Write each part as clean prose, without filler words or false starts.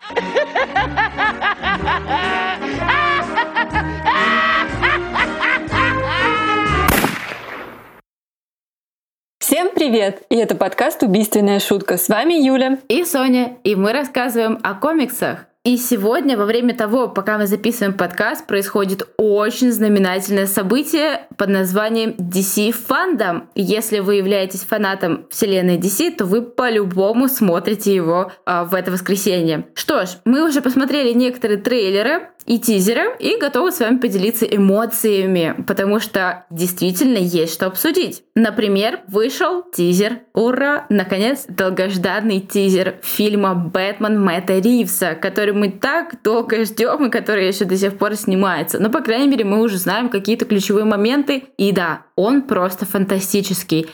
Всем привет! И это подкаст «Убийственная шутка». С вами Юля и Соня, и мы рассказываем о комиксах. И сегодня, во время того, пока мы записываем подкаст, происходит очень знаменательное событие под названием DC Fandom. Если вы являетесь фанатом вселенной DC, то вы по-любому смотрите его в это воскресенье. Что ж, мы уже посмотрели некоторые трейлеры и тизеры и готовы с вами поделиться эмоциями, потому что действительно есть что обсудить. Например, вышел тизер, ура, наконец, долгожданный тизер фильма «Бэтмен» Мэтта Ривза, который мы так долго ждем и который еще до сих пор снимается. Но, по крайней мере, мы уже знаем какие-то ключевые моменты. И да, он просто фантастический.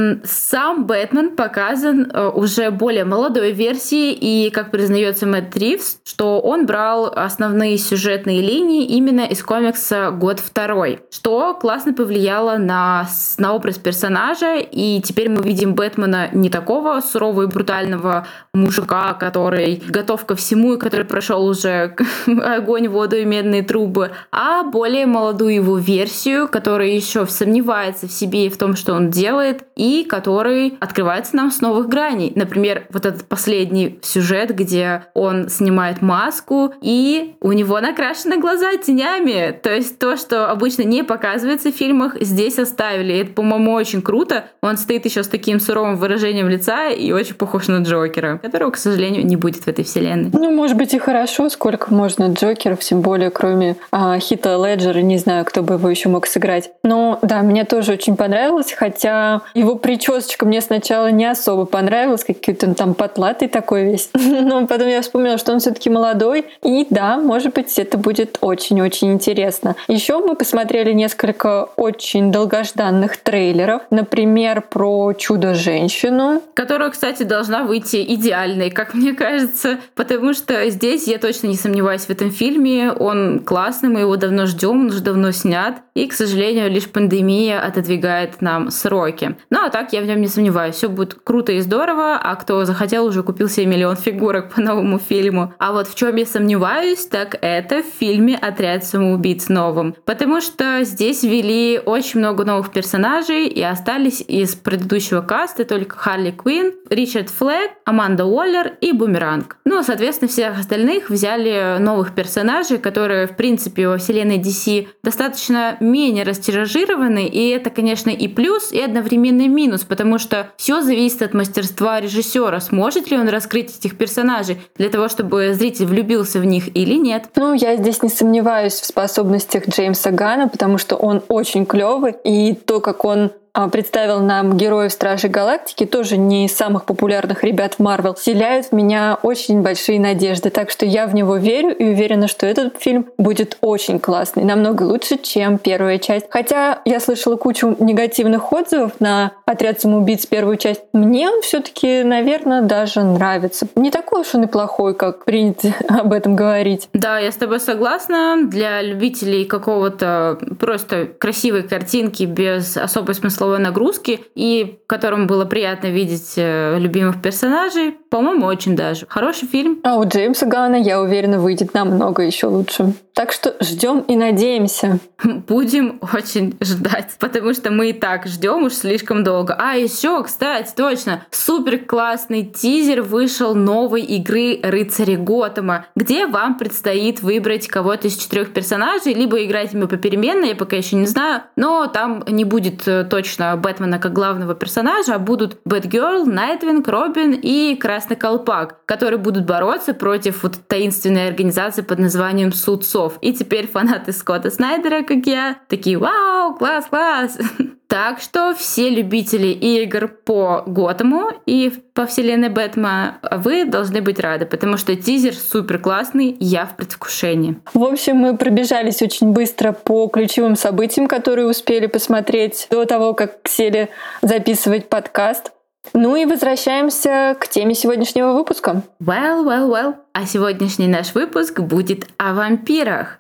Сам Бэтмен показан уже более молодой версии, и, как признается Мэтт Ривз, что он брал основные сюжетные линии именно из комикса «Год второй», что классно повлияло на образ персонажа, и теперь мы видим Бэтмена не такого сурового и брутального мужика, который готов ко всему и который прошел уже огонь, воду и медные трубы, а более молодую его версию, которая еще сомневается в себе и в том, что он делает, и который открывается нам с новых граней. Например, вот этот последний сюжет, где он снимает маску, и у него накрашены глаза тенями. То есть то, что обычно не показывается в фильмах, здесь оставили. И это, по-моему, очень круто. Он стоит еще с таким суровым выражением лица и очень похож на Джокера, которого, к сожалению, не будет в этой вселенной. Ну, может быть, и хорошо, сколько можно Джокеров, тем более, кроме Хита Леджера, не знаю, кто бы его еще мог сыграть. Но да, мне тоже очень понравилось, хотя его причесочка мне сначала не особо понравилась, какой-то он там потлатый такой весь. Но потом я вспомнила, что он все-таки молодой, и да, может быть, это будет очень-очень интересно. Еще мы посмотрели несколько очень долгожданных трейлеров, например, про Чудо-женщину, которая, кстати, должна выйти идеальной, как мне кажется, потому что здесь я точно не сомневаюсь в этом фильме. Он классный, мы его давно ждем, он уже давно снят. И, к сожалению, лишь пандемия отодвигает нам сроки. Ну а так я в нем не сомневаюсь. Все будет круто и здорово, а кто захотел, уже купил себе миллион фигурок по новому фильму. А вот в чем я сомневаюсь, так это в фильме «Отряд самоубийц» новом. Потому что здесь ввели очень много новых персонажей и остались из предыдущего каста только Харли Квинн, Ричард Флэг, Аманда Уоллер и Бумеранг. Ну, а, соответственно, всех остальных взяли новых персонажей, которые, в принципе, во вселенной DC достаточно менее растиражированы, и это, конечно, и плюс, и одновременно минус, потому что все зависит от мастерства режиссера. Сможет ли он раскрыть этих персонажей для того, чтобы зритель влюбился в них или нет? Ну, я здесь не сомневаюсь в способностях Джеймса Ганна, потому что он очень клевый, и то, как он представил нам героев Стражей Галактики, тоже не из самых популярных ребят в Марвел, вселяют в меня очень большие надежды. Так что я в него верю и уверена, что этот фильм будет очень классный, намного лучше, чем первая часть. Хотя я слышала кучу негативных отзывов на «Отряд самоубийц» первую часть. Мне он все-таки, наверное, даже нравится. Не такой уж он и плохой, как принято об этом говорить. Да, я с тобой согласна. Для любителей какого-то просто красивой картинки без особой смысловой нагрузки и в котором было приятно видеть любимых персонажей, по-моему, очень даже. Хороший фильм. А у Джеймса Ганна, я уверена, выйдет намного еще лучше. Так что ждем и надеемся. Будем очень ждать, потому что мы и так ждем уж слишком долго. А еще, кстати, точно, супер классный тизер вышел новой игры «Рыцари Готэма», где вам предстоит выбрать кого-то из 4 персонажей, либо играть ими попеременно, я пока еще не знаю, но там не будет точно Бэтмена как главного персонажа, а будут Бэтгерл, Найтвинг, Робин и Красный Колпак, которые будут бороться против вот таинственной организации под названием Суд Сов. И теперь фанаты Скотта Снайдера, как я, такие: вау, класс, класс! Так что все любители игр по Готэму и по вселенной Бэтмена, вы должны быть рады, потому что тизер супер классный, я в предвкушении. В общем, мы пробежались очень быстро по ключевым событиям, которые успели посмотреть до того, как сели записывать подкаст. Ну и возвращаемся к теме сегодняшнего выпуска. Well. А сегодняшний наш выпуск будет о вампирах.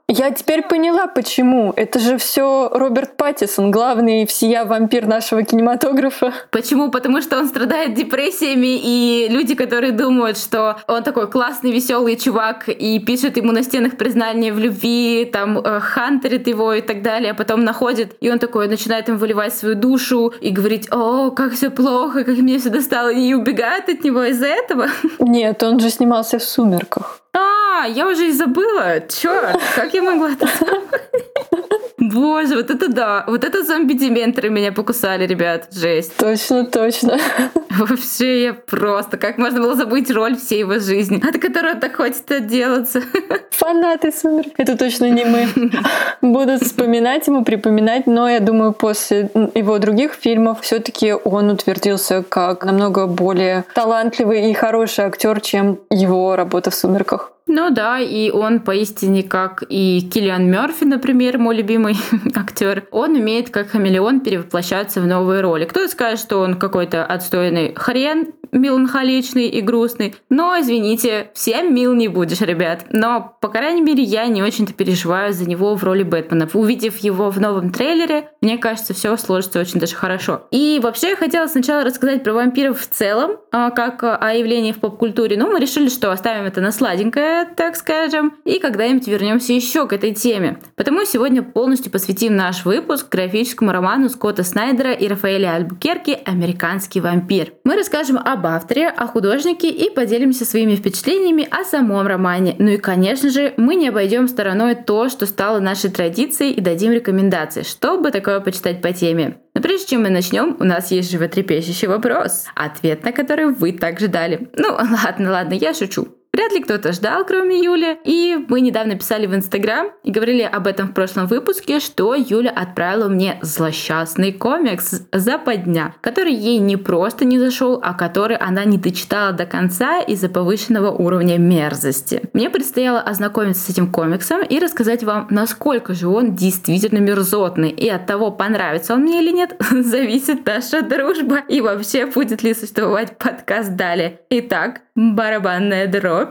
Я теперь поняла, почему. Это же все Роберт Паттинсон, главный всея вампир нашего кинематографа. Почему? Потому что он страдает депрессиями, и люди, которые думают, что он такой классный, веселый чувак, и пишет ему на стенах признания в любви, там, хантерит его и так далее, а потом находит, и он такой начинает им выливать свою душу и говорить: «О, как все плохо, как мне все достало», и убегает от него из-за этого. Нет, он же снимался в «Сумерках». Я уже и забыла. Чё? Как я могла это забыть? Боже, вот это да. Вот это зомби-дементоры меня покусали, ребят. Жесть. Точно. Вообще я просто... Как можно было забыть роль всей его жизни, от которой он так хочет отделаться? Фанаты «Сумерек». Это точно не мы. Будут вспоминать ему, припоминать, но я думаю, после его других фильмов все-таки он утвердился как намного более талантливый и хороший актер, чем его работа в «Сумерках». Ну да, и он поистине, как и Киллиан Мёрфи, например, мой любимый актер, он умеет как хамелеон перевоплощаться в новые роли. Кто-то скажет, что он какой-то отстойный хрен, меланхоличный и грустный, но, извините, всем мил не будешь, ребят. Но, по крайней мере, я не очень-то переживаю за него в роли Бэтмена. Увидев его в новом трейлере, мне кажется, все сложится очень даже хорошо. И вообще я хотела сначала рассказать про вампиров в целом, как о явлении в поп-культуре, но мы решили, что оставим это на сладенькое, так скажем, и когда-нибудь вернемся еще к этой теме. Потому сегодня полностью посвятим наш выпуск графическому роману Скотта Снайдера и Рафаэля Альбукерки «Американский вампир». Мы расскажем об авторе, о художнике и поделимся своими впечатлениями о самом романе. Ну и, конечно же, мы не обойдем стороной то, что стало нашей традицией, и дадим рекомендации, чтобы такое почитать по теме. Но прежде чем мы начнем, у нас есть животрепещущий вопрос, ответ на который вы также дали. Ну ладно, я шучу. Вряд ли кто-то ждал, кроме Юли. И мы недавно писали в Инстаграм и говорили об этом в прошлом выпуске, что Юля отправила мне злосчастный комикс «Западня», который ей не просто не зашел, а который она не дочитала до конца из-за повышенного уровня мерзости. Мне предстояло ознакомиться с этим комиксом и рассказать вам, насколько же он действительно мерзотный. И от того, понравится он мне или нет, зависит наша дружба и вообще будет ли существовать подкаст далее. Итак, барабанная дробь.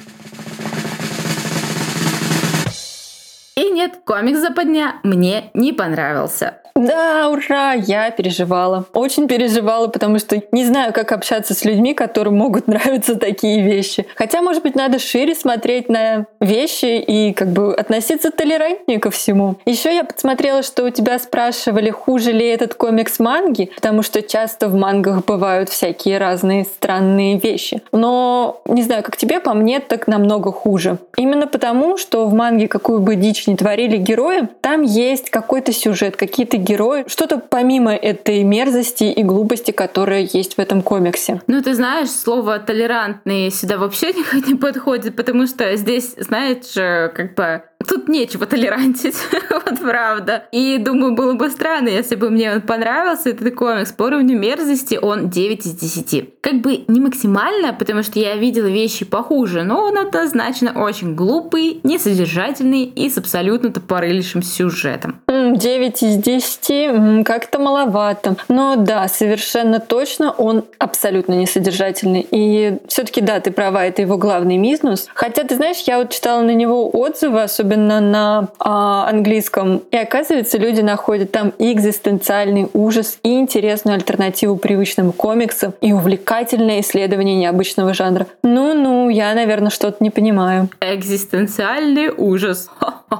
И нет, комикс «Западня» мне не понравился. Да, ура, я переживала. Очень переживала, потому что не знаю, как общаться с людьми, которым могут нравиться такие вещи. Хотя, может быть, надо шире смотреть на вещи и как бы относиться толерантнее ко всему. Еще я подсмотрела, что у тебя спрашивали, хуже ли этот комикс манги, потому что часто в мангах бывают всякие разные странные вещи. Но, не знаю, как тебе, по мне, так намного хуже. Именно потому, что в манге, какую бы дичь ни творили герои, там есть какой-то сюжет, какие-то герои, что-то помимо этой мерзости и глупости, которая есть в этом комиксе. Ну, ты знаешь, слово «толерантный» сюда вообще не подходит, потому что здесь, знаешь, как бы тут нечего толерантить, вот правда. И думаю, было бы странно, если бы мне он понравился, этот комикс. По уровню мерзости он 9 из 10. Как бы не максимально, потому что я видела вещи похуже, но он однозначно очень глупый, несодержательный и с абсолютно тупорылейшим сюжетом. 9 из 10 как-то маловато. Но да, совершенно точно он абсолютно несодержательный. И все-таки да, ты права, это его главный минус. Хотя, ты знаешь, я вот читала на него отзывы, особенно на английском. И оказывается, люди находят там и экзистенциальный ужас, и интересную альтернативу привычным комиксам, и увлекательное исследование необычного жанра. Ну, я, наверное, что-то не понимаю. Экзистенциальный ужас.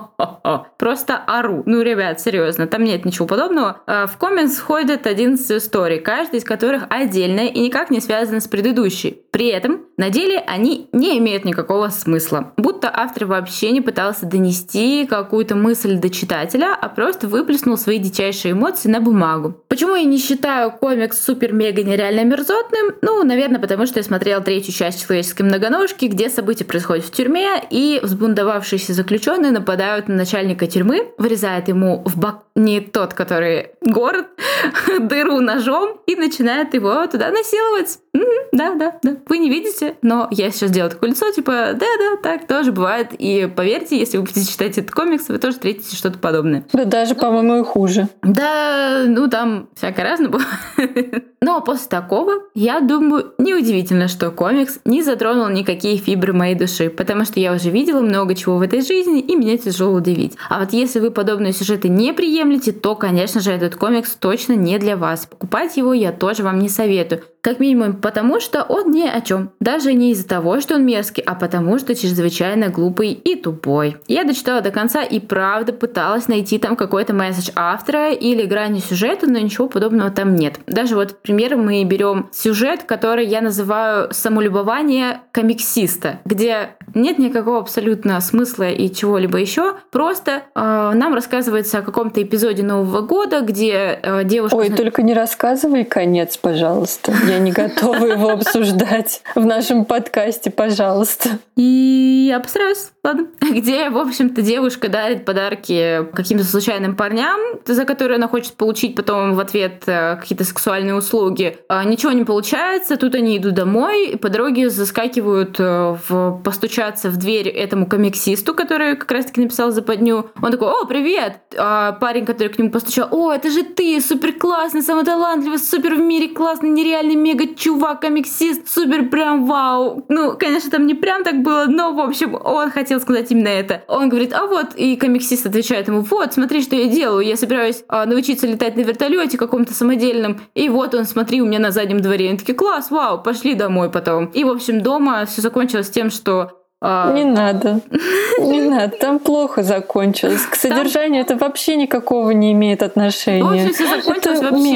Просто ору. Ну, ребят, серьезно, там нет ничего подобного. В комикс входят 11 историй, каждая из которых отдельная и никак не связана с предыдущей. При этом на деле они не имеют никакого смысла. Будто автор вообще не пытался донести какую-то мысль до читателя, а просто выплеснул свои дичайшие эмоции на бумагу. Почему я не считаю комикс супер-мега нереально мерзотным? Ну, наверное, потому что я смотрела третью часть «Человеческой многоножки», где события происходят в тюрьме, и взбунтовавшиеся заключенные нападают на начальника тюрьмы, вырезает ему в бок, не тот, который город, дыру ножом и начинает его туда насиловать. Да, вы не видите, но я сейчас делаю такое лицо, типа, да, так тоже бывает. И поверьте, если вы будете читать этот комикс, вы тоже встретите что-то подобное. Да даже, по-моему, и хуже. Да, там всякое разное бывает. Но после такого, я думаю, неудивительно, что комикс не затронул никакие фибры моей души, потому что я уже видела много чего в этой жизни, и меня тяжело удивить. А вот если вы подобные сюжеты не приемлете, то, конечно же, этот комикс точно не для вас. Покупать его я тоже вам не советую. Как минимум потому, что он ни о чем. Даже не из-за того, что он мерзкий, а потому, что чрезвычайно глупый и тупой. Я дочитала до конца и правда пыталась найти там какой-то месседж автора или грани сюжета, но ничего подобного там нет. Даже вот, к примеру, мы берем сюжет, который я называю «Самолюбование комиксиста», где нет никакого абсолютно смысла и чего-либо еще. Просто нам рассказывается о каком-то эпизоде Нового года, где девушка... Ой, только не рассказывай конец, пожалуйста. Я не готова его обсуждать в нашем подкасте, пожалуйста. И я постараюсь, ладно. Где, в общем-то, девушка дарит подарки каким-то случайным парням, за которые она хочет получить потом в ответ какие-то сексуальные услуги. Ничего не получается, тут они идут домой, и по дороге заскакивают постучаться в дверь этому комиксисту, который как раз-таки написал западню. Он такой: «О, привет!» А парень, который к нему постучал: «О, это же ты, супер классный, самый талантливый, супер в мире классный, нереальный мега-чувак, комиксист, супер прям вау». Ну, конечно, там не прям так было, но, в общем, он хотел сказать именно это. Он говорит: «А вот», и комиксист отвечает ему: «Вот, смотри, что я делаю, я собираюсь научиться летать на вертолете каком-то самодельном, и вот он, смотри, у меня на заднем дворе». Они такие: «Класс, вау, пошли домой потом». И, в общем, дома все закончилось тем, что... Не надо, не надо, там плохо закончилось. К содержанию это вообще никакого не имеет отношения. В общем, все закончилось это вообще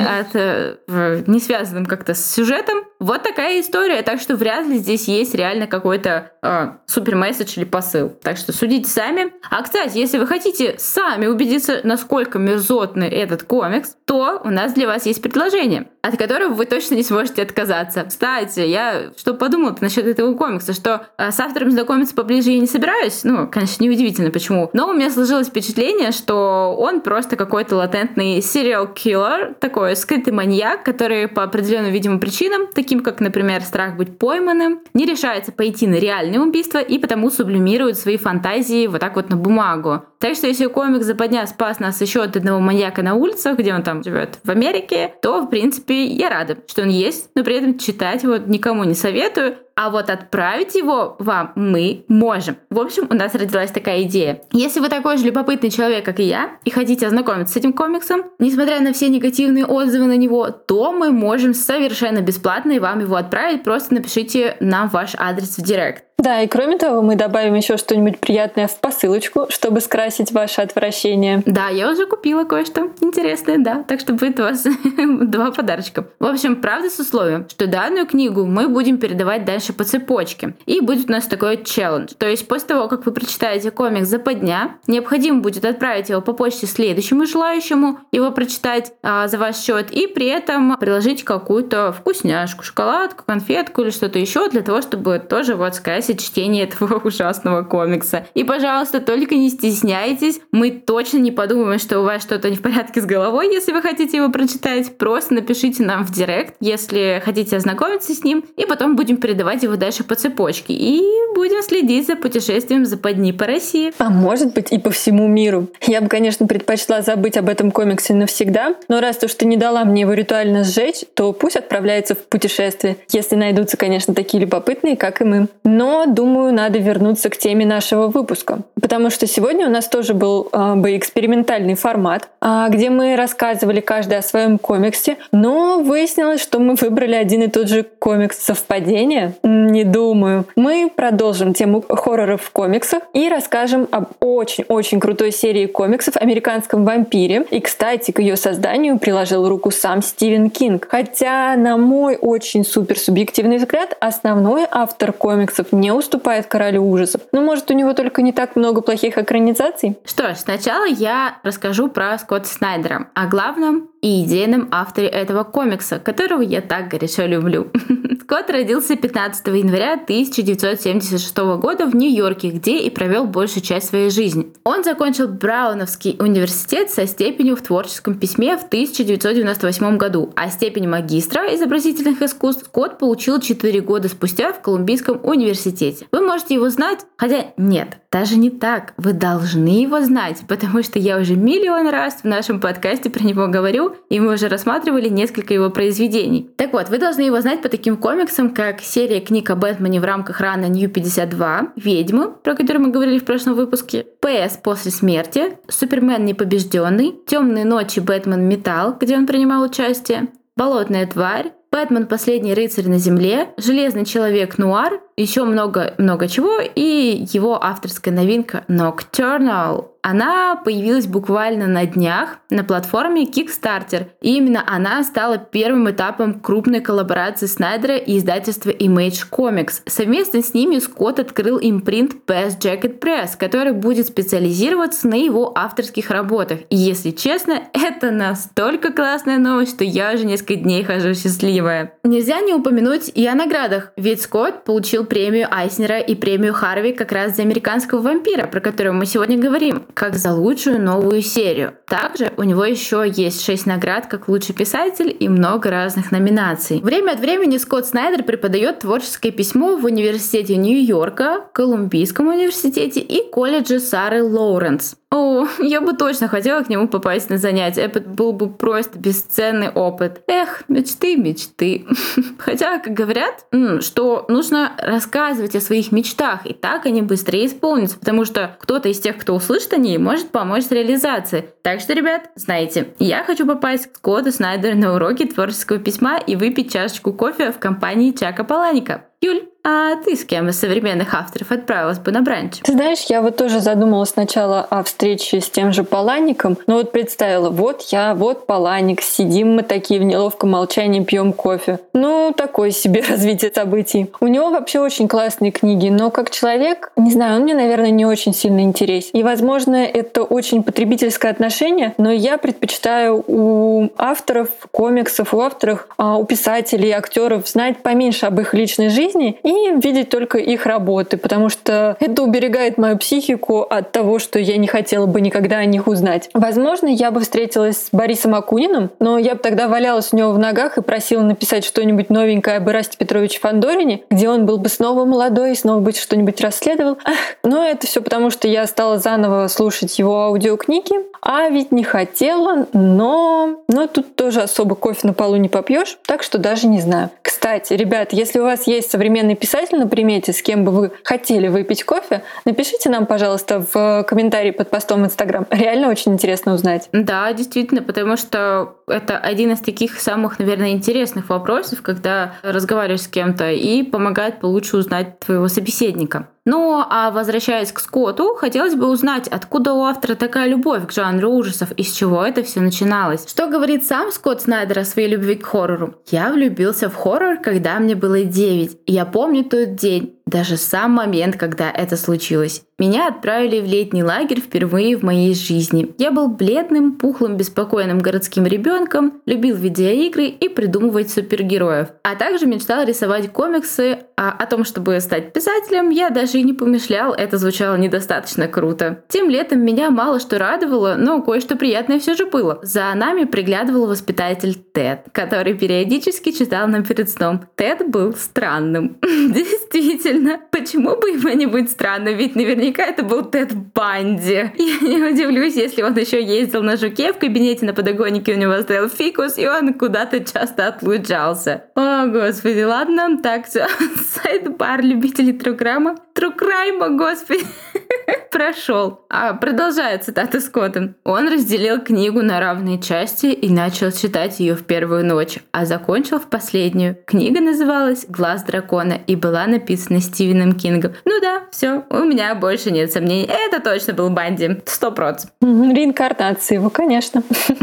мерзко. не связанным как-то с сюжетом. Вот такая история, так что вряд ли здесь есть реально какой-то супер месседж или посыл. Так что судите сами. А, кстати, если вы хотите сами убедиться, насколько мерзотный этот комикс, то у нас для вас есть предложение, от которого вы точно не сможете отказаться. Кстати, я что подумала насчет этого комикса, что с автором знакомиться поближе я не собираюсь. Ну, конечно, неудивительно почему. Но у меня сложилось впечатление, что он просто какой-то латентный serial killer, такой скрытый маньяк, который по определенным, видимо, причинам, таким как, например, страх быть пойманным, не решается пойти на реальное убийство и потому сублимирует свои фантазии вот так вот на бумагу. Так что если комикс «Западня» спас нас еще от одного маньяка на улицах, где он там живет в Америке, то, в принципе, я рада, что он есть, но при этом читать его никому не советую. А вот отправить его вам мы можем. В общем, у нас родилась такая идея. Если вы такой же любопытный человек, как и я, и хотите ознакомиться с этим комиксом, несмотря на все негативные отзывы на него, то мы можем совершенно бесплатно и вам его отправить. Просто напишите нам ваш адрес в директ. Да, и кроме того, мы добавим еще что-нибудь приятное в посылочку, чтобы скрасить ваше отвращение. Да, я уже купила кое-что интересное, да, так что будет у вас 2 подарочка. В общем, правда с условием, что данную книгу мы будем передавать дальше по цепочке. И будет у нас такой челлендж. То есть после того, как вы прочитаете комикс «Западня», необходимо будет отправить его по почте следующему желающему его прочитать за ваш счет и при этом приложить какую-то вкусняшку, шоколадку, конфетку или что-то еще для того, чтобы тоже вот скрасить чтение этого ужасного комикса. И, пожалуйста, только не стесняйтесь. Мы точно не подумаем, что у вас что-то не в порядке с головой, если вы хотите его прочитать. Просто напишите нам в директ, если хотите ознакомиться с ним, и потом будем передавать его дальше по цепочке. И будем следить за путешествием Западни по России. А может быть и по всему миру. Я бы, конечно, предпочла забыть об этом комиксе навсегда, но раз уж ты не дала мне его ритуально сжечь, то пусть отправляется в путешествие. Если найдутся, конечно, такие любопытные, как и мы. Но, думаю, надо вернуться к теме нашего выпуска. Потому что сегодня у нас тоже был бы экспериментальный формат, где мы рассказывали каждый о своем комиксе, но выяснилось, что мы выбрали один и тот же комикс. Совпадение? Не думаю. Мы продолжим тему хорроров в комиксах и расскажем об очень-очень крутой серии комиксов «Американском вампире». И, кстати, к ее созданию приложил руку сам Стивен Кинг. Хотя, на мой очень супер субъективный взгляд, основной автор комиксов не уступает «Королю ужасов». Но, может, у него только не так много плохих экранизаций? Что ж, сначала я расскажу про Скотта Снайдера, о главном и идейном авторе этого комикса, которого я так горячо люблю. Скотт родился 15 января 1976 года в Нью-Йорке, где и провел большую часть своей жизни. Он закончил Брауновский университет со степенью в творческом письме в 1998 году, а степень магистра изобразительных искусств Скотт получил 4 года спустя в Колумбийском университете. Вы можете его знать, хотя нет, даже не так. Вы должны его знать, потому что я уже миллион раз в нашем подкасте про него говорю, и мы уже рассматривали несколько его произведений. Так вот, вы должны его знать по таким комиксам, как серия книг о Бэтмене в рамках рана New 52, Ведьмы, про которые мы говорили в прошлом выпуске, ПС после смерти, Супермен непобежденный, Темные ночи Бэтмен Металл, где он принимал участие, Болотная тварь, Бэтмен Последний рыцарь на земле, Железный человек Нуар, еще много чего, и его авторская новинка Nocturnal. Она появилась буквально на днях на платформе Kickstarter, и именно она стала первым этапом крупной коллаборации Снайдера и издательства Image Comics. Совместно с ними Скотт открыл импринт Best Jacket Press, который будет специализироваться на его авторских работах. И если честно, это настолько классная новость, что я уже несколько дней хожу счастливая. Нельзя не упомянуть и о наградах, ведь Скотт получил премию Айснера и премию Харви как раз за «Американского вампира», про которую мы сегодня говорим, как за лучшую новую серию. Также у него еще есть 6 наград как лучший писатель и много разных номинаций. Время от времени Скотт Снайдер преподает творческое письмо в университете Нью-Йорка, Колумбийском университете и колледже Сары Лоуренс. О, я бы точно хотела к нему попасть на занятия. Это был бы просто бесценный опыт. Эх, мечты. Хотя, как говорят, что нужно рассказывать о своих мечтах, и так они быстрее исполнятся, потому что кто-то из тех, кто услышит о ней, может помочь с реализацией. Так что, ребят, знаете, я хочу попасть к Скотту Снайдеру на уроки творческого письма и выпить чашечку кофе в компании Чака Паланика. Юль, а ты с кем из современных авторов отправилась бы на бранч? Ты знаешь, я вот тоже задумалась сначала о встрече с тем же Палаником, но вот представила, вот Паланик, сидим мы такие в неловком молчании, пьем кофе. Ну, такое себе развитие событий. У него вообще очень классные книги, но как человек, не знаю, он мне, наверное, не очень сильно интересен. И, возможно, это очень потребительское отношение, но я предпочитаю у авторов комиксов, у писателей, актеров знать поменьше об их личной жизни и видеть только их работы, потому что это уберегает мою психику от того, что я не хотела бы никогда о них узнать. Возможно, я бы встретилась с Борисом Акуниным, но я бы тогда валялась у него в ногах и просила написать что-нибудь новенькое об Ирасте Петровиче Фандорине, где он был бы снова молодой и снова бы что-нибудь расследовал. Но это все потому, что я стала заново слушать его аудиокниги, а ведь не хотела, но тут тоже особо кофе на полу не попьешь, так что даже не знаю. Кстати, ребят, если у вас есть современный писатель на примете, с кем бы вы хотели выпить кофе, напишите нам, пожалуйста, в комментарии под постом в Инстаграм. Реально очень интересно узнать. Да, действительно, потому что это один из таких самых, наверное, интересных вопросов, когда разговариваешь с кем-то и помогает получше узнать твоего собеседника. Ну, а возвращаясь к Скотту, хотелось бы узнать, откуда у автора такая любовь к жанру ужасов и с чего это все начиналось. Что говорит сам Скотт Снайдер о своей любви к хоррору? «Я влюбился в хоррор, когда мне было 9. И я помню тот день, даже сам момент, когда это случилось. Меня отправили в летний лагерь впервые в моей жизни. Я был бледным, пухлым, беспокойным городским ребенком, любил видеоигры и придумывать супергероев. А также мечтал рисовать комиксы. А о том, чтобы стать писателем, я даже и не помышлял, это звучало недостаточно круто. Тем летом меня мало что радовало, но кое-что приятное все же было. За нами приглядывал воспитатель Тед, который периодически читал нам перед сном. Тед был странным. Действительно, почему бы его не быть странным, ведь наверняка это был Тед Банди. Я не удивлюсь, если он еще ездил на жуке, в кабинете на подоконнике у него стоял фикус, и он куда-то часто отлучался. О, господи, ладно, так все. Сайт-бар любителей Трукрайма, господи, прошел. Продолжает цитата Скотта. Он разделил книгу на равные части и начал читать ее в первую ночь, а закончил в последнюю. Книга называлась «Глаз дракона» и была написана Стивеном Кингом. Ну да, все, у меня больше нет сомнений. Это точно был Банди. 100%. Реинкарнация его, конечно.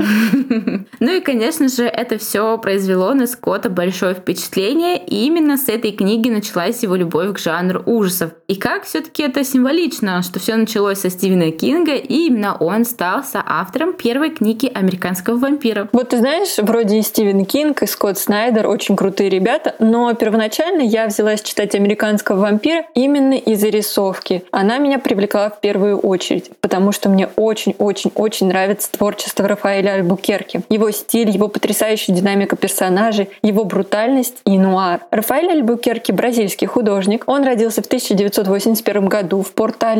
Ну и, конечно же, это все произвело на Скотта большое впечатление, и именно с этой книги началась его любовь к жанру ужасов. И как все-таки это символично, что все началось со Стивена Кинга, и именно он стал соавтором первой книги «Американского вампира». Вот ты знаешь, вроде и Стивен Кинг, и Скотт Снайдер очень крутые ребята, но первоначально я взялась читать «Американского вампира» именно из-за рисовки. Она меня привлекла в первую очередь, потому что мне очень-очень-очень нравится творчество Рафаэля Альбукерке. Его стиль, его потрясающая динамика персонажей, его брутальность и нуар. Рафаэль Альбукерке — бразильский художник. Он родился в 1981 году в Порто-Алегре.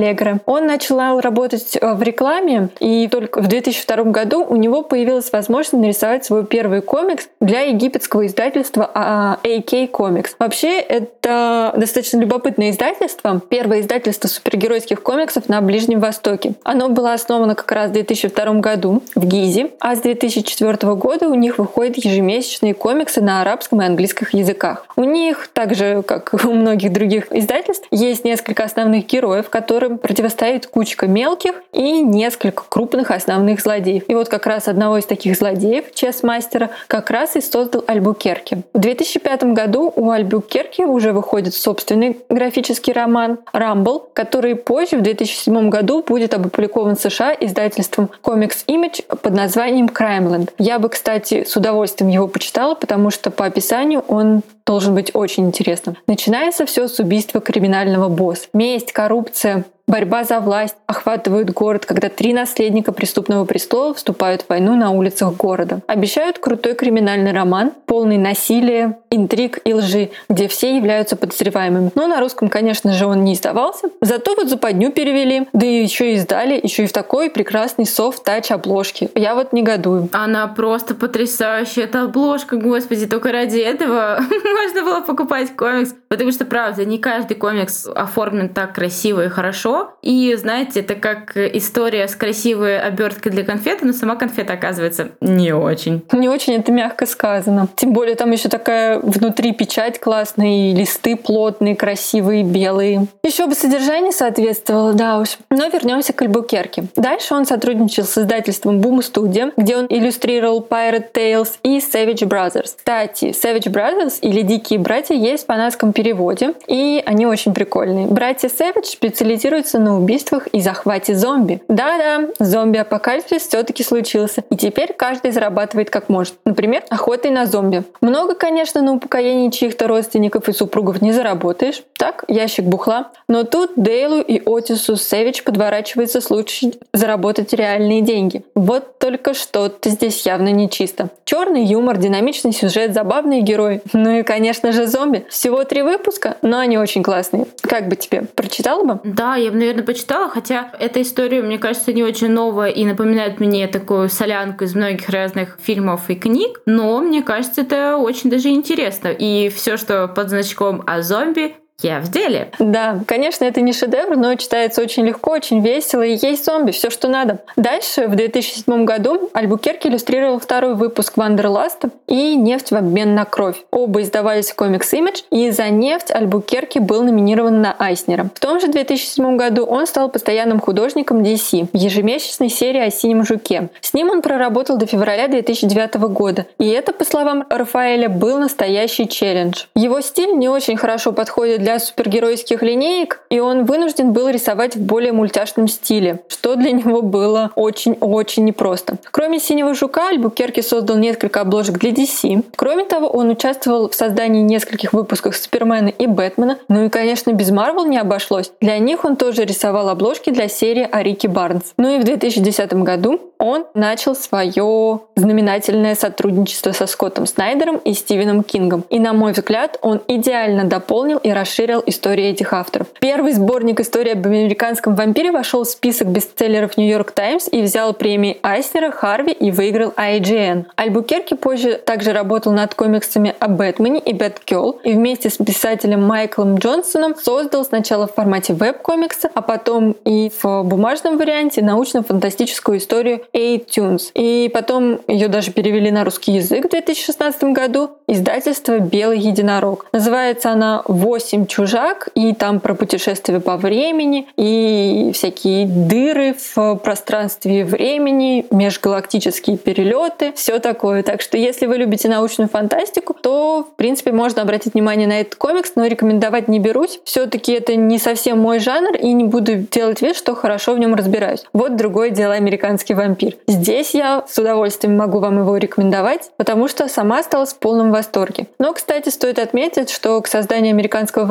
Он начал работать в рекламе, и только в 2002 году у него появилась возможность нарисовать свой первый комикс для египетского издательства AK Comics. Вообще, это достаточно любопытное издательство, первое издательство супергеройских комиксов на Ближнем Востоке. Оно было основано как раз в 2002 году в Гизе, а с 2004 года у них выходят ежемесячные комиксы на арабском и английском языках. У них, так же, как у многих других издательств, есть несколько основных героев, которым противостоит кучка мелких и несколько крупных основных злодеев. И вот как раз одного из таких злодеев, Чесмастера, как раз и создал Альбукерке. В 2005 году у Альбукерке уже выходит собственный графический роман «Рамбл», который позже, в 2007 году, будет опубликован в США издательством Comics Image под названием Crimeland. Я бы, кстати, с удовольствием его почитала, потому что по описанию он должен быть очень интересным. Начинается все с убийства криминального босса. Месть, коррупция, борьба за власть охватывают город, когда 3 наследника преступного престола вступают в войну на улицах города. Обещают крутой криминальный роман, полный насилия, интриг и лжи, где все являются подозреваемыми. Но на русском, конечно же, он не издавался. Зато вот «Западню» перевели, да и еще и издали, еще и в такой прекрасной софт-тач обложке. Я вот негодую. Она просто потрясающая, эта обложка, господи, только ради этого можно было покупать комикс. Потому что, правда, не каждый комикс оформлен так красиво и хорошо. И, знаете, это как история с красивой оберткой для конфеты, но сама конфета, оказывается, не очень. Не очень, это мягко сказано. Тем более там еще такая внутри печать классная, и листы плотные, красивые, белые. Еще бы содержание соответствовало, да уж. Но вернемся к Альбукерке. Дальше он сотрудничал с издательством Boom Studio, где он иллюстрировал Pirate Tales и Savage Brothers. Кстати, Savage Brothers или Дикие братья есть в фанатском переводе, и они очень прикольные. Братья Savage специализируются на убийствах и захвате зомби. Да-да, зомби-апокалипсис все-таки случился. И теперь каждый зарабатывает как может. Например, охотой на зомби. Много, конечно, на упокоении чьих-то родственников и супругов не заработаешь. Так, ящик бухла. Но тут Дейлу и Отису Сэвидж подворачивается случай заработать реальные деньги. Вот только что-то здесь явно нечисто. Черный юмор, динамичный сюжет, забавные герои. Ну и, конечно же, зомби. Всего 3 выпуска, но они очень классные. Как бы тебе? Прочитала бы? Да, я бы, наверное, почитала, хотя эта история, мне кажется, не очень новая и напоминает мне такую солянку из многих разных фильмов и книг, но мне кажется, это очень даже интересно. И все, что под значком «о зомби», я в деле. Да, конечно, это не шедевр, но читается очень легко, очень весело, и есть зомби, все, что надо. Дальше, в 2007 году, Альбукерке иллюстрировал 2-й выпуск Вандерласта и «Нефть в обмен на кровь». Оба издавались в Comics Image, и за «Нефть» Альбукерке был номинирован на Айснера. В том же 2007 году он стал постоянным художником DC в ежемесячной серии о «Синем жуке». С ним он проработал до февраля 2009 года, и это, по словам Рафаэля, был настоящий челлендж. Его стиль не очень хорошо подходит для супергеройских линеек, и он вынужден был рисовать в более мультяшном стиле, что для него было очень-очень непросто. Кроме «Синего жука», Альбукерке создал несколько обложек для DC. Кроме того, он участвовал в создании нескольких выпусков Супермена и Бэтмена. Ну и, конечно, без Марвел не обошлось. Для них он тоже рисовал обложки для серии о Рике Барнс. Ну и в 2010 году он начал свое знаменательное сотрудничество со Скоттом Снайдером и Стивеном Кингом. И, на мой взгляд, он идеально дополнил и расширил истории этих авторов. Первый сборник истории об американском вампире вошел в список бестселлеров Нью-Йорк Таймс и взял премии Айснера, Харви и выиграл IGN. Альбукерке позже также работал над комиксами о Бэтмене и Бэтгерл, и вместе с писателем Майклом Джонсоном создал сначала в формате веб-комикса, а потом и в бумажном варианте научно-фантастическую историю A-Tunes. И потом ее даже перевели на русский язык в 2016 году. Издательство «Белый единорог». Называется она «8 чужак», и там про путешествия по времени и всякие дыры в пространстве и времени, межгалактические перелеты, все такое. Так что если вы любите научную фантастику, то, в принципе, можно обратить внимание на этот комикс, но рекомендовать не берусь. Все-таки это не совсем мой жанр, и не буду делать вид, что хорошо в нем разбираюсь. Вот другое дело «Американский вампир». Здесь я с удовольствием могу вам его рекомендовать, потому что сама осталась в полном восторге. Но, кстати, стоит отметить, что к созданию «Американского вампира»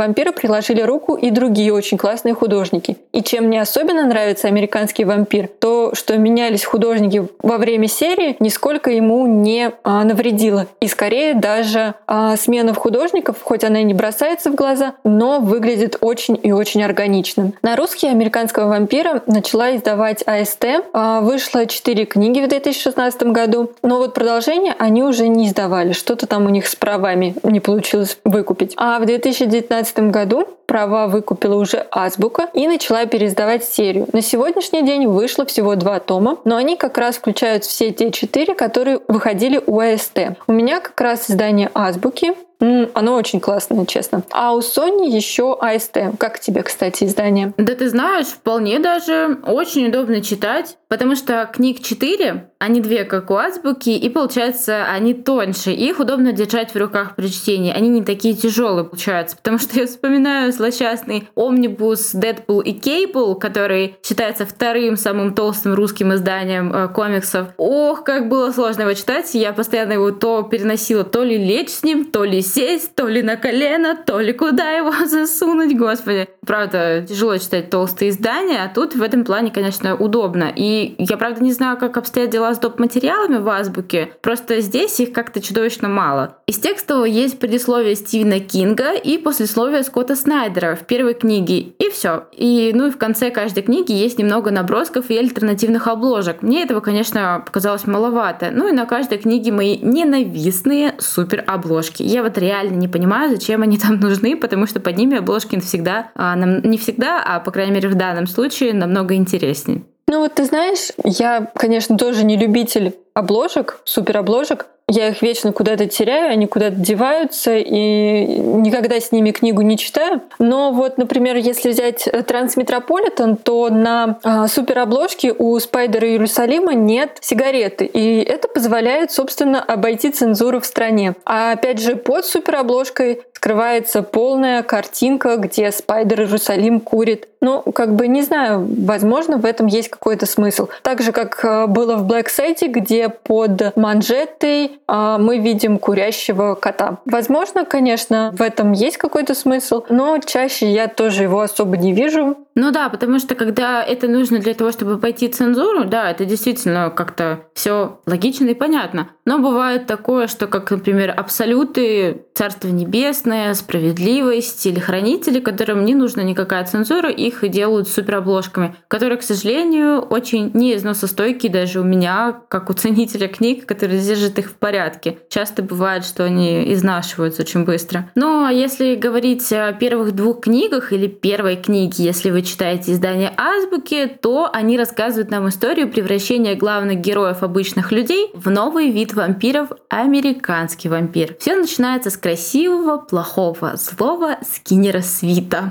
вампира приложили руку и другие очень классные художники. И чем мне особенно нравится «Американский вампир», то, что менялись художники во время серии, нисколько ему не навредило. И скорее даже смена художников, хоть она и не бросается в глаза, но выглядит очень и очень органичным. На русский «Американского вампира» начала издавать АСТ. Вышло 4 книги в 2016 году, но вот продолжение они уже не издавали. Что-то там у них с правами не получилось выкупить. А в 2019 году права выкупила уже Азбука и начала переиздавать серию. На сегодняшний день вышло всего 2 тома, но они как раз включают все те 4, которые выходили у АСТ. У меня как раз издание Азбуки. Оно очень классное, честно. А у Sony еще АСТ. Как тебе, кстати, издание? Да ты знаешь, вполне даже очень удобно читать, потому что книг 4, они 2, как у Азбуки, и получается, они тоньше. Их удобно держать в руках при чтении. Они не такие тяжелые получаются, потому что я вспоминаю злосчастный Омнибус, Дэдпул и Кейбл, который считается вторым самым толстым русским изданием комиксов. Ох, как было сложно его читать. Я постоянно его то переносила, то ли лечь с ним, то ли сесть, то ли на колено, то ли куда его засунуть, господи. Правда, тяжело читать толстые издания, а тут в этом плане, конечно, удобно. И я, правда, не знаю, как обстоят дела с доп. Материалами в Азбуке, просто здесь их как-то чудовищно мало. Из текстового есть предисловие Стивена Кинга и послесловие Скотта Снайдера в первой книге, и все. И в конце каждой книги есть немного набросков и альтернативных обложек. Мне этого, конечно, показалось маловато. И на каждой книге мои ненавистные супер обложки. Я вот реально не понимаю, зачем они там нужны, потому что под ними обложки всегда, не всегда, а по крайней мере в данном случае намного интереснее. Ты знаешь, я, конечно, тоже не любитель обложек, суперобложек. Я их вечно куда-то теряю, они куда-то деваются, и никогда с ними книгу не читаю. Но вот, например, если взять Трансметрополитен, то на суперобложке у Спайдера Иерусалима нет сигареты. И это позволяет, собственно, обойти цензуру в стране. А опять же, под суперобложкой скрывается полная картинка, где Спайдер Иерусалим курит. Не знаю, возможно, в этом есть какой-то смысл. Так же, как было в Black Side, где под манжетой мы видим курящего кота. Возможно, конечно, в этом есть какой-то смысл, но чаще я тоже его особо не вижу. Да, потому что когда это нужно для того, чтобы пойти цензуру, да, это действительно как-то все логично и понятно. Но бывает такое, что, как, например, абсолюты, Царство Небесное, Справедливость или Хранители, которым не нужна никакая цензура, их и делают суперобложками, которые, к сожалению, очень неизносостойкие даже у меня, как у ценителя книг, который держит их в порядке. Часто бывает, что они изнашиваются очень быстро. А если говорить о первых 2 книгах или первой книге, если вы читаете издание Азбуки, то они рассказывают нам историю превращения главных героев обычных людей в новый вид вампиров — американский вампир. Все начинается с красивого, плохого, злого Скиннера Свита.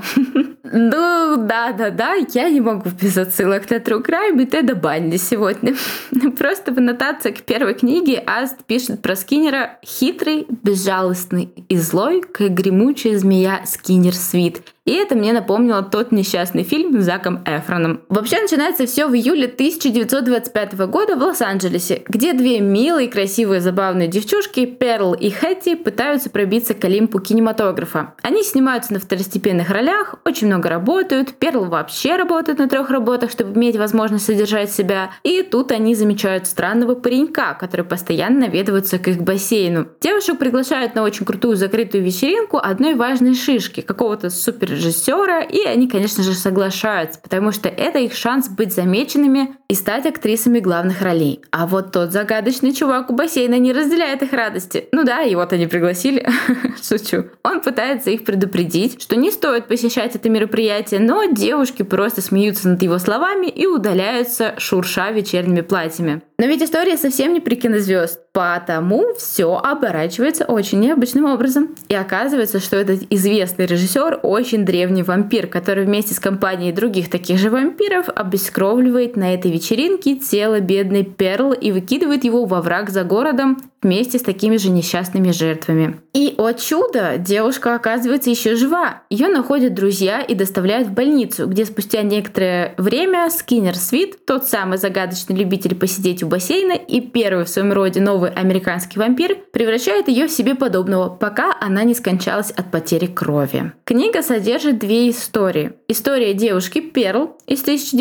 Да, я не могу без отсылок на True Crime и Теда Банди сегодня. Просто в аннотациях к первой книге Аст пишет про Скиннера: хитрый, безжалостный и злой, как гремучая змея Скиннер Свит. И это мне напомнило тот несчастный фильм с Заком Эфроном. Вообще начинается все в июле 1925 года в Лос-Анджелесе, где 2 милые, красивые, забавные девчушки, Перл и Хэтти, пытаются пробиться к Олимпу кинематографа. Они снимаются на второстепенных ролях, очень много работают. Перл вообще работает на 3 работах, чтобы иметь возможность содержать себя. И тут они замечают странного паренька, который постоянно наведывается к их бассейну. Девушек приглашают на очень крутую закрытую вечеринку одной важной шишки, какого-то супер режиссера, и они, конечно же, соглашаются, потому что это их шанс быть замеченными и стать актрисами главных ролей. А вот тот загадочный чувак у бассейна не разделяет их радости. Его-то не пригласили. Шучу. Он пытается их предупредить, что не стоит посещать это мероприятие, но девушки просто смеются над его словами и удаляются, шурша вечерними платьями. Но ведь история совсем не про кинозвезд, потому все оборачивается очень необычным образом. И оказывается, что этот известный режиссер очень древний вампир, который вместе с компанией других таких же вампиров обескровливает на этой вечеринке тело бедной Перл и выкидывает его во враг за городом вместе с такими же несчастными жертвами. И, о чудо, девушка оказывается еще жива. Ее находят друзья и доставляют в больницу, где спустя некоторое время Скиннер Свит, тот самый загадочный любитель посидеть у бассейна и первый в своем роде новый американский вампир, превращает ее в себе подобного, пока она не скончалась от потери крови. Книга содержит две истории. История девушки Перл из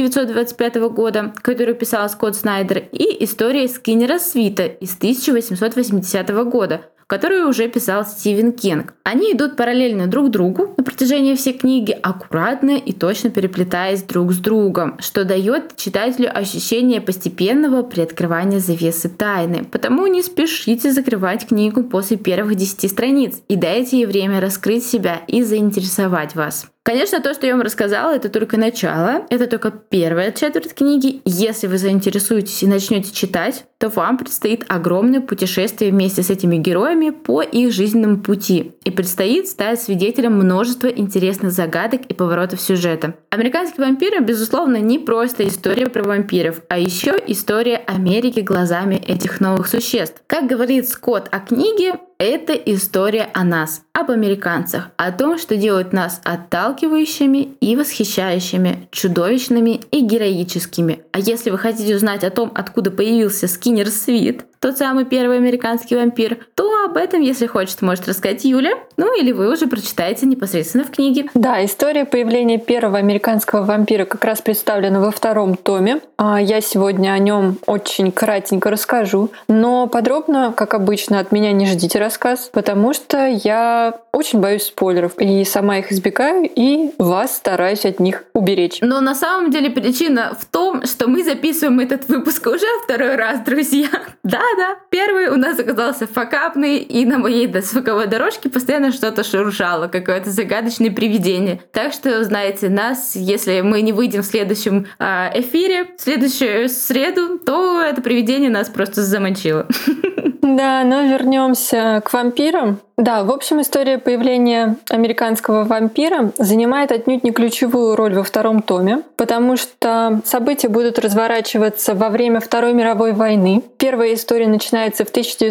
1925 года, которую писал Скотт Снайдер, и история Скиннера Свита из 1880 года, которую уже писал Стивен Кинг. Они идут параллельно друг другу на протяжении всей книги, аккуратно и точно переплетаясь друг с другом, что дает читателю ощущение постепенного приоткрывания завесы тайны. Потому не спешите закрывать книгу после первых 10 страниц и дайте ей время раскрыть себя и заинтересовать вас. Конечно, то, что я вам рассказала, это только начало, это только первая четверть книги. Если вы заинтересуетесь и начнете читать, то вам предстоит огромное путешествие вместе с этими героями по их жизненному пути. И предстоит стать свидетелем множества интересных загадок и поворотов сюжета. «Американские вампиры», безусловно, не просто история про вампиров, а еще история Америки глазами этих новых существ. Как говорит Скотт о книге, это история о нас, об американцах, о том, что делает нас отталкивающими и восхищающими, чудовищными и героическими. А если вы хотите узнать о том, откуда появился Скиннер Свит, тот самый первый американский вампир, то об этом, если хочет, может рассказать Юля, ну или вы уже прочитаете непосредственно в книге. Да, история появления первого американского вампира как раз представлена во втором томе. Я сегодня о нем очень кратенько расскажу, но подробно, как обычно, от меня не ждите рассказ, потому что я очень боюсь спойлеров и сама их избегаю, и вас стараюсь от них уберечь. Но на самом деле причина в том, что мы записываем этот выпуск уже второй раз, друзья. Да-да, первый у нас оказался факапный, и на моей звуковой дорожке постоянно что-то шуршало, какое-то загадочное привидение. Так что, знаете, нас, если мы не выйдем в следующем эфире, в следующую среду, то это привидение нас просто замочило. Да, но вернемся к вампирам. Да, в общем, история появления американского вампира занимает отнюдь не ключевую роль во втором томе, потому что события будут разворачиваться во время Второй мировой войны. Первая история начинается в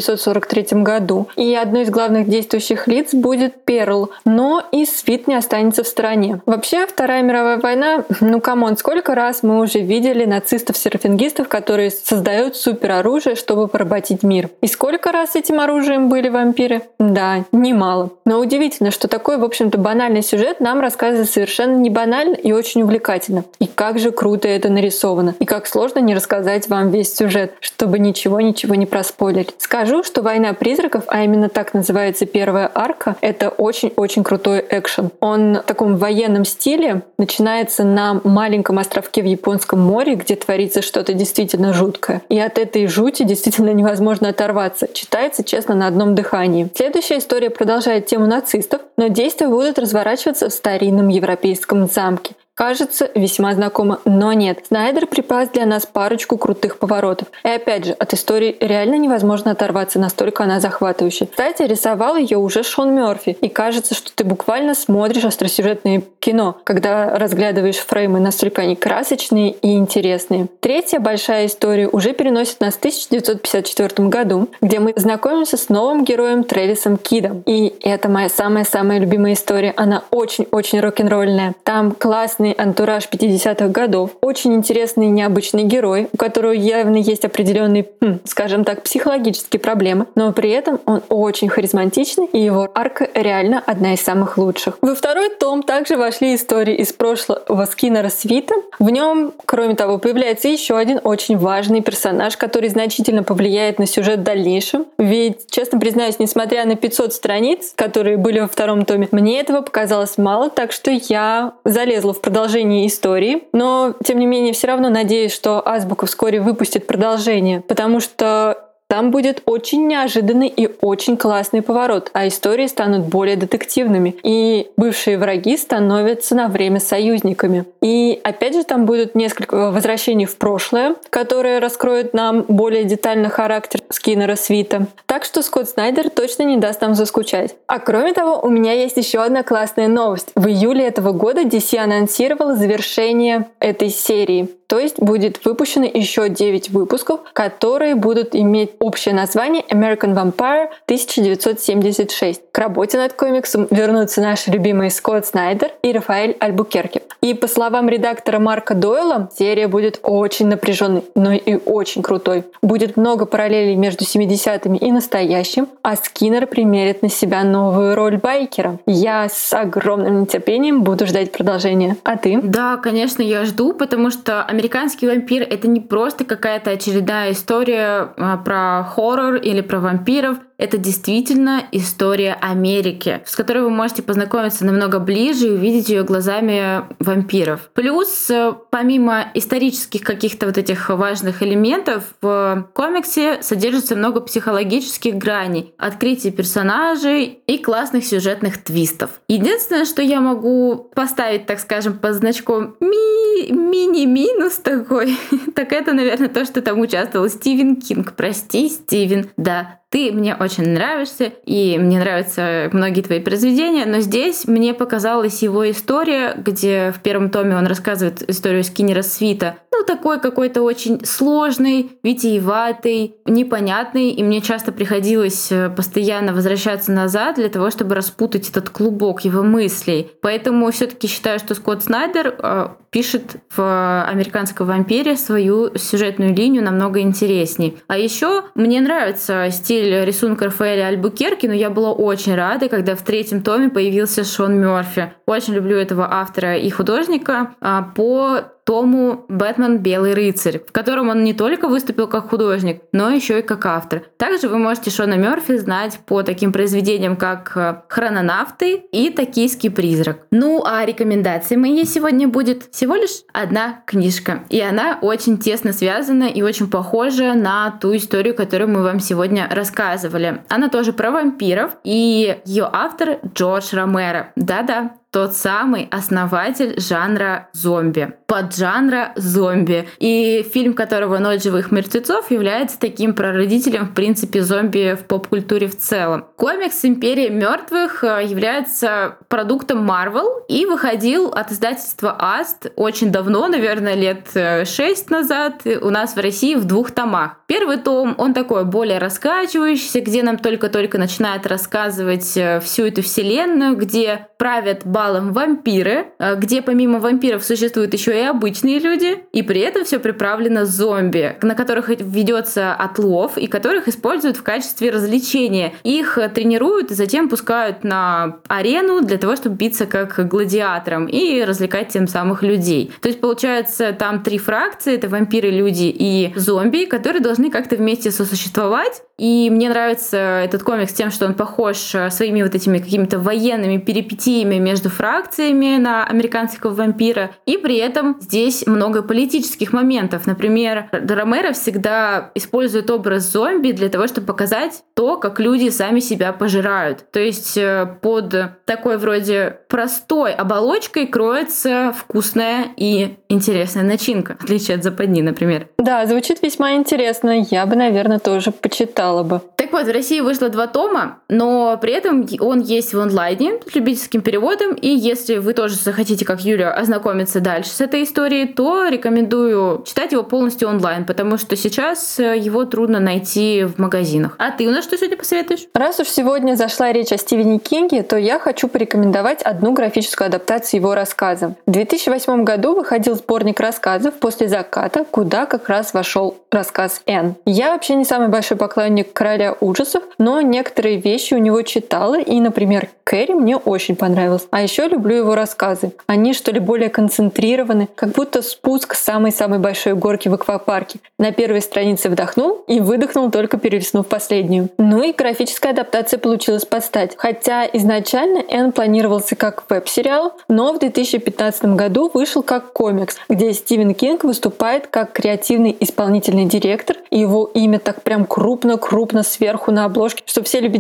1943 году, и одной из главных действующих лиц будет Перл, но и Свит не останется в стороне. Вообще, Вторая мировая война, камон, сколько раз мы уже видели нацистов-серафингистов, которые создают супероружие, чтобы поработить мир. И сколько раз этим оружием были вампиры? Да, немало. Но удивительно, что такой, в общем-то, банальный сюжет нам рассказывает совершенно не банально и очень увлекательно. И как же круто это нарисовано. И как сложно не рассказать вам весь сюжет, чтобы ничего не проспойлерить. Скажу, что «Война призраков», а именно так называется первая арка, это очень-очень крутой экшен. Он в таком военном стиле начинается на маленьком островке в Японском море, где творится что-то действительно жуткое. И от этой жути действительно невозможно оторваться. Читается, честно, на одном дыхании. Следующая история продолжает тему нацистов, но действия будут разворачиваться в старинном европейском замке. Кажется, весьма знакомо, но нет. Снайдер припас для нас парочку крутых поворотов. И опять же, от истории реально невозможно оторваться, настолько она захватывающая. Кстати, рисовал ее уже Шон Мёрфи. И кажется, что ты буквально смотришь остросюжетное кино, когда разглядываешь фреймы, настолько они красочные и интересные. Третья большая история уже переносит нас в 1954 году, где мы знакомимся с новым героем Трэвисом Кидом. И это моя самая-самая любимая история. Она очень-очень рок-н-ролльная. Там классный антураж 50-х годов, очень интересный и необычный герой, у которого явно есть определенные, скажем так, психологические проблемы, но при этом он очень харизматичный, и его арка реально одна из самых лучших. Во второй том также вошли истории из прошлого Скиннера Свита. В нем, кроме того, появляется еще один очень важный персонаж, который значительно повлияет на сюжет в дальнейшем. Ведь, честно признаюсь, несмотря на 500 страниц, которые были во втором томе, мне этого показалось мало, так что я залезла в продолжение истории, но тем не менее все равно надеюсь, что Азбука вскоре выпустит продолжение, потому что там будет очень неожиданный и очень классный поворот, а истории станут более детективными, и бывшие враги становятся на время союзниками. И опять же там будут несколько возвращений в прошлое, которые раскроют нам более детально характер Скиннера Свита. Так что Скотт Снайдер точно не даст нам заскучать. А кроме того, у меня есть еще одна классная новость. В июле этого года DC анонсировала завершение этой серии. То есть будет выпущено еще 9 выпусков, которые будут иметь общее название American Vampire 1976. К работе над комиксом вернутся наши любимые Скотт Снайдер и Рафаэль Альбукерке. И по словам редактора Марка Дойла, серия будет очень напряженной, но и очень крутой. Будет много параллелей между 70-ми и настоящим, а Скиннер примерит на себя новую роль байкера. Я с огромным нетерпением буду ждать продолжения. А ты? Да, конечно, я жду, потому что «Американский вампир» — это не просто какая-то очередная история про хоррор или про вампиров. Это действительно история Америки, с которой вы можете познакомиться намного ближе и увидеть ее глазами вампиров. Плюс, помимо исторических каких-то вот этих важных элементов, в комиксе содержится много психологических граней, открытий персонажей и классных сюжетных твистов. Единственное, что я могу поставить, так скажем, под значком мини-минус такой, так это, наверное, то, что там участвовал Стивен Кинг. Прости, Стивен, да. Ты мне очень нравишься, и мне нравятся многие твои произведения, но здесь мне показалась его история, где в первом томе он рассказывает историю Скиннера Свита, такой какой-то очень сложный, витиеватый, непонятный, и мне часто приходилось постоянно возвращаться назад для того, чтобы распутать этот клубок его мыслей. Поэтому все-таки считаю, что Скотт Снайдер пишет в «Американском вампире» свою сюжетную линию намного интересней. А еще мне нравится стиль рисунка Рафаэля Альбукерке, но я была очень рада, когда в 3-м томе появился Шон Мёрфи. Очень люблю этого автора и художника. По тому «Бэтмен. Белый рыцарь», в котором он не только выступил как художник, но еще и как автор. Также вы можете Шона Мёрфи знать по таким произведениям, как «Хрононавты» и «Токийский призрак». Ну, а рекомендацией моей сегодня будет всего лишь одна книжка. И она очень тесно связана и очень похожа на ту историю, которую мы вам сегодня рассказывали. Она тоже про вампиров, и ее автор Джордж Ромеро. Да-да, тот самый основатель жанра зомби, поджанра зомби. И фильм которого «Ночь живых мертвецов» является таким прародителем, в принципе, зомби в поп-культуре в целом. Комикс «Империя мертвых» является продуктом Marvel и выходил от издательства Аст очень давно, наверное, лет 6 назад, у нас в России в 2 томах. Первый том, он такой более раскачивающийся, где нам только-только начинает рассказывать всю эту вселенную, где правят балом вампиры, где помимо вампиров существуют еще и обычные люди, и при этом все приправлено зомби, на которых ведется отлов и которых используют в качестве развлечения. Их тренируют и затем пускают на арену для того, чтобы биться как гладиатором и развлекать тем самых людей. То есть получается там 3 фракции, это вампиры, люди и зомби, которые должны как-то вместе сосуществовать. И мне нравится этот комикс тем, что он похож своими вот этими какими-то военными перипетиями между фракциями на «Американского вампира». И при этом здесь много политических моментов. Например, Ромеро всегда использует образ зомби для того, чтобы показать то, как люди сами себя пожирают. То есть под такой вроде простой оболочкой кроется вкусная и интересная начинка, в отличие от западни, например. Да, звучит весьма интересно. Я бы, наверное, тоже почитала бы. Так вот, в России вышло 2 тома, но при этом он есть в онлайне с любительским переводом, и если вы тоже захотите, как Юля, ознакомиться дальше с этой историей, то рекомендую читать его полностью онлайн, потому что сейчас его трудно найти в магазинах. А ты у нас что сегодня посоветуешь? Раз уж сегодня зашла речь о Стивене Кинге, то я хочу порекомендовать одну графическую адаптацию его рассказа. В 2008 году выходил сборник рассказов «После заката», куда как раз вошел рассказ «Энн». Я вообще не самый большой поклонник «Короля ужасов», но некоторые вещи у него читала, и, например, «Кэрри» мне очень понравилось. А еще люблю его рассказы. Они, что ли, более концентрированы, как будто спуск с самой-самой большой горки в аквапарке. На первой странице вдохнул и выдохнул, только перелистнув последнюю. Ну и графическая адаптация получилась под стать. Хотя изначально «Энн» планировался как веб-сериал, но в 2015 году вышел как комикс, где Стивен Кинг выступает как креативный исполнительный директор, и его имя так прям крупно-крупно сверху на обложке, чтобы все любители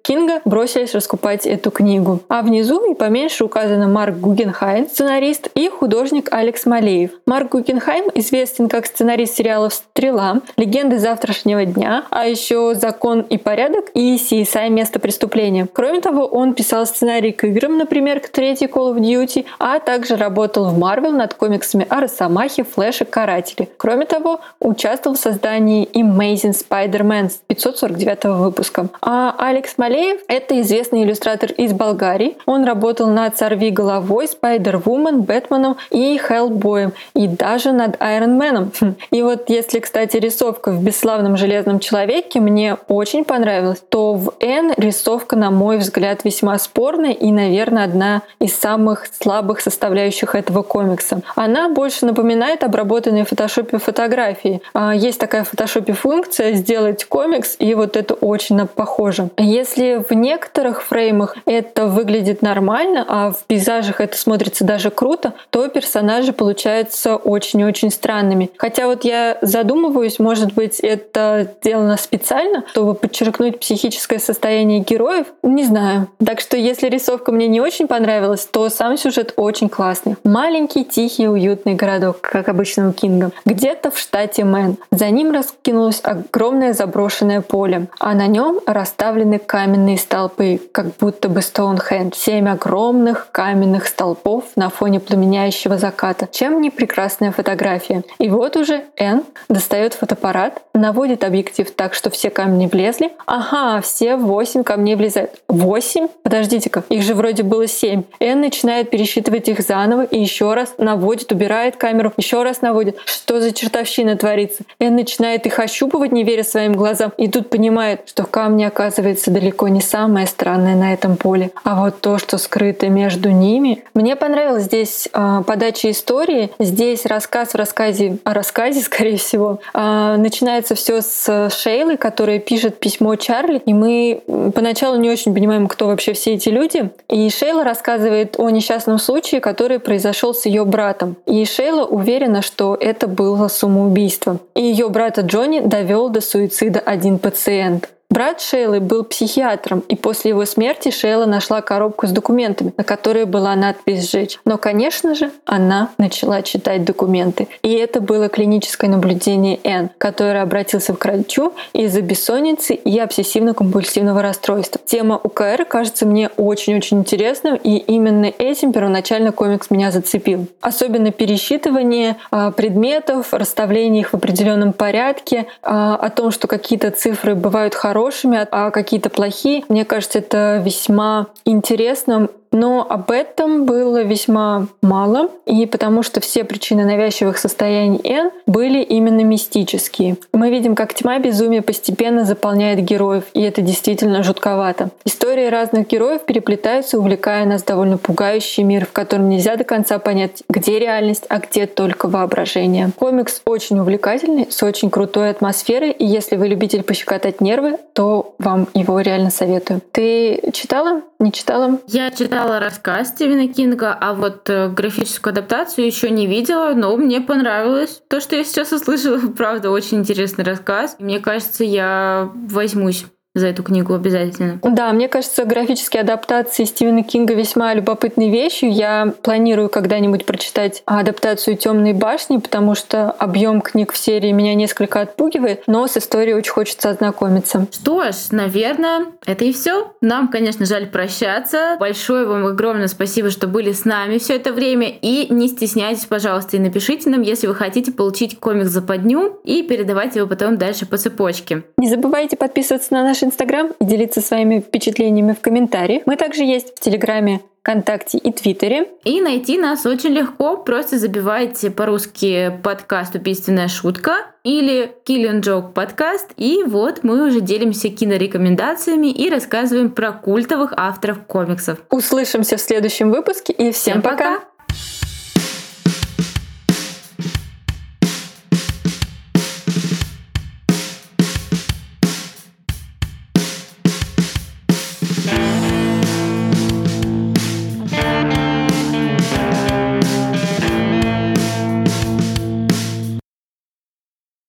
Кинга бросились раскупать эту книгу. А внизу и поменьше указано Марк Гугенхайм, сценарист, и художник Алекс Малеев. Марк Гугенхайм известен как сценарист сериалов «Стрела», «Легенды завтрашнего дня», а еще «Закон и порядок» и «CSI. Место преступления». Кроме того, он писал сценарий к играм, например, к третьей Call of Duty, а также работал в Marvel над комиксами о Росомахе, Флэше, Карателе. Кроме того, участвовал в создании Amazing Spider-Man с 549 выпуска. А Алекс Малеев — это известный иллюстратор из Болгарии. Он работал над «Сорви головой», Spider-Woman, Бэтменом и Хеллбоем, и даже над Iron Man. И вот если, кстати, рисовка в «Бесславном железном человеке» мне очень понравилась, то в «Энн» рисовка, на мой взгляд, весьма спорная и, наверное, одна из самых слабых составляющих этого комикса. Она больше напоминает обработанные в фотошопе фотографии. Есть такая в фотошопе функция «сделать комикс», и вот это очень похоже. Если в некоторых фреймах это выглядит нормально, а в пейзажах это смотрится даже круто, то персонажи получаются очень-очень странными. Хотя вот я задумываюсь, может быть, это сделано специально, чтобы подчеркнуть психическое состояние героев? Не знаю. Так что если рисовка мне не очень понравилась, то сам сюжет очень классный. Маленький, тихий, уютный городок, как обычно у Кинга. Где-то в штате Мэн. За ним раскинулось огромное заброшенное поле, а на нем расставлены каменные столпы, как будто бы Стоунхендж. 7 огромных каменных столпов на фоне пламеняющего заката. Чем не прекрасная фотография. И вот уже Энн достает фотоаппарат, наводит объектив так, что все камни влезли. Ага, все 8 камней влезают. 8? Подождите-ка, их же вроде было 7. Энн начинает пересчитывать их заново и еще раз наводит, убирает камеру, еще раз наводит. Что за чертовщина творится? Энн начинает их ощупывать, не веря своим глазам, и тут понимает, что камни, оказывается, далеко не самое странное на этом поле, а вот то, что скрыто между ними. Мне понравилась здесь подача истории. Здесь рассказ в рассказе о рассказе, скорее всего. Начинается все с Шейлы, которая пишет письмо Чарли, и мы поначалу не очень понимаем, кто вообще все эти люди. И Шейла рассказывает о несчастном случае, который произошел с ее братом. И Шейла уверена, что это было самоубийство. И ее брата Джонни довел до суицида один пациент. Брат Шейлы был психиатром, и после его смерти Шейла нашла коробку с документами, на которой была надпись «Сжечь». Но, конечно же, она начала читать документы. И это было клиническое наблюдение Энн, который обратился к врачу из-за бессонницы и обсессивно-компульсивного расстройства. Тема УКР кажется мне очень-очень интересной, и именно этим первоначально комикс меня зацепил. Особенно пересчитывание предметов, расставление их в определенном порядке, о том, что какие-то цифры бывают хорошими, а какие-то плохие. Мне кажется, это весьма интересно. Но об этом было весьма мало, и потому что все причины навязчивых состояний Энн были именно мистические. Мы видим, как тьма безумия постепенно заполняет героев, и это действительно жутковато. Истории разных героев переплетаются, увлекая нас в довольно пугающий мир, в котором нельзя до конца понять, где реальность, а где только воображение. Комикс очень увлекательный, с очень крутой атмосферой, и если вы любитель пощекотать нервы, то вам его реально советую. Ты читала? Не читала? Я читала рассказ Стивена Кинга, а вот графическую адаптацию еще не видела, но мне понравилось. То, что я сейчас услышала, правда, очень интересный рассказ. Мне кажется, я возьмусь за эту книгу обязательно. Да, мне кажется, графические адаптации Стивена Кинга весьма любопытной вещью. Я планирую когда-нибудь прочитать адаптацию «Темной башни», потому что объем книг в серии меня несколько отпугивает, но с историей очень хочется ознакомиться. Что ж, наверное, это и все. Нам, конечно, жаль прощаться. Большое вам огромное спасибо, что были с нами все это время. И не стесняйтесь, пожалуйста, и напишите нам, если вы хотите получить комикс-западню и передавать его потом дальше по цепочке. Не забывайте подписываться на наш Инстаграм и делиться своими впечатлениями в комментариях. Мы также есть в Телеграме, ВКонтакте и Твиттере. И найти нас очень легко. Просто забивайте по-русски подкаст «Убийственная шутка» или Killing Joke подкаст. И вот мы уже делимся кинорекомендациями и рассказываем про культовых авторов комиксов. Услышимся в следующем выпуске и всем пока!